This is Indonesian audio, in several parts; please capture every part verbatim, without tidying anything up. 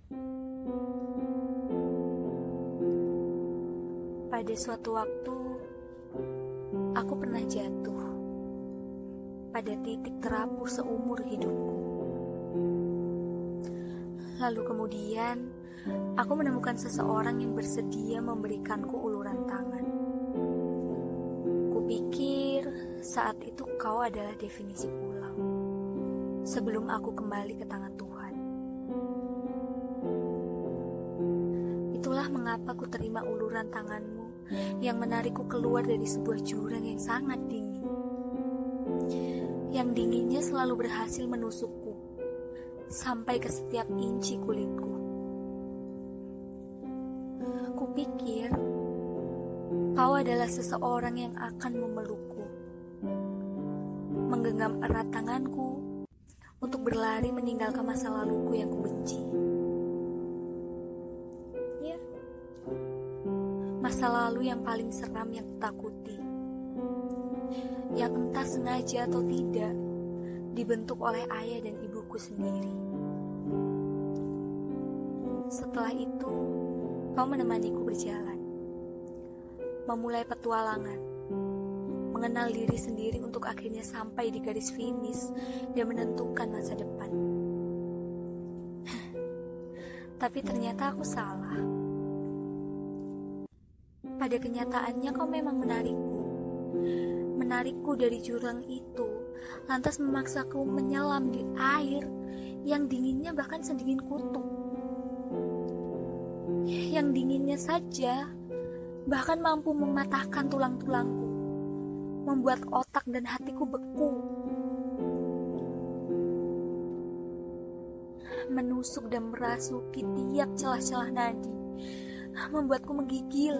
Pada suatu waktu, aku pernah jatuh pada titik terapuh seumur hidupku. Lalu kemudian, aku menemukan seseorang yang bersedia memberikanku uluran tangan. Kupikir saat itu kau adalah definisi pulau, sebelum aku kembali ke tangan Tuhan. Itulah mengapa ku terima uluran tanganmu yang menarikku keluar dari sebuah jurang yang sangat dingin. Yang dinginnya selalu berhasil menusukku sampai ke setiap inci kulitku. Kupikir kau adalah seseorang yang akan memelukku, menggenggam erat tanganku untuk berlari meninggalkan masa laluku yang kubenci. Ya, masa lalu yang paling seram yang kutakuti, yang entah sengaja atau tidak dibentuk oleh ayah dan ibuku sendiri. Setelah itu, kau menemaniku berjalan, memulai petualangan, mengenal diri sendiri untuk akhirnya sampai di garis finish dan menentukan masa depan. Tapi ternyata aku salah. Pada kenyataannya kau memang menarikku, menarikku dari jurang itu, lantas memaksaku menyelam di air yang dinginnya bahkan sedingin kutub. Yang dinginnya saja bahkan mampu mematahkan tulang-tulangku, membuat otak dan hatiku beku, menusuk dan merasuki tiap celah-celah nadi, membuatku menggigil.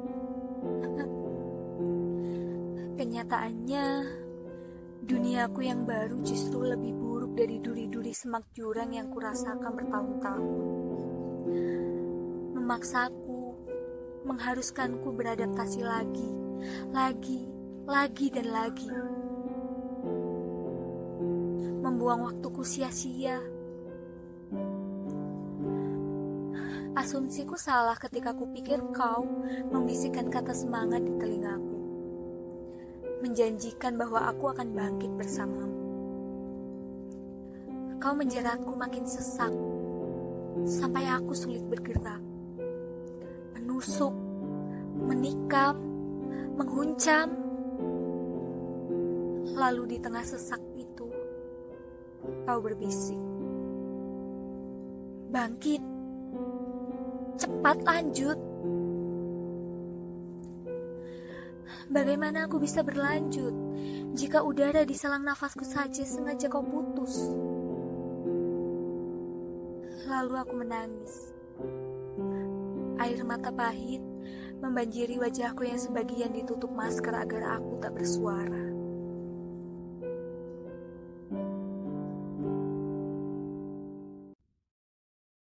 Kenyataannya, duniaku yang baru justru lebih buruk dari duri-duri semak jurang yang kurasakan bertahun-tahun. Memaksaku, mengharuskanku beradaptasi lagi, lagi, lagi dan lagi. Membuang waktuku sia-sia. Asumsiku salah ketika kupikir kau membisikkan kata semangat di telingaku, menjanjikan bahwa aku akan bangkit bersamamu. Kau menjeratku makin sesak, sampai aku sulit bergerak, menusuk, menikam, menghuncam. Lalu di tengah sesak itu, kau berbisik, bangkit, cepat lanjut. Bagaimana aku bisa berlanjut jika udara di selang nafasku saja sengaja kau putus? Lalu aku menangis. Air mata pahit membanjiri wajahku yang sebagian ditutup masker agar aku tak bersuara.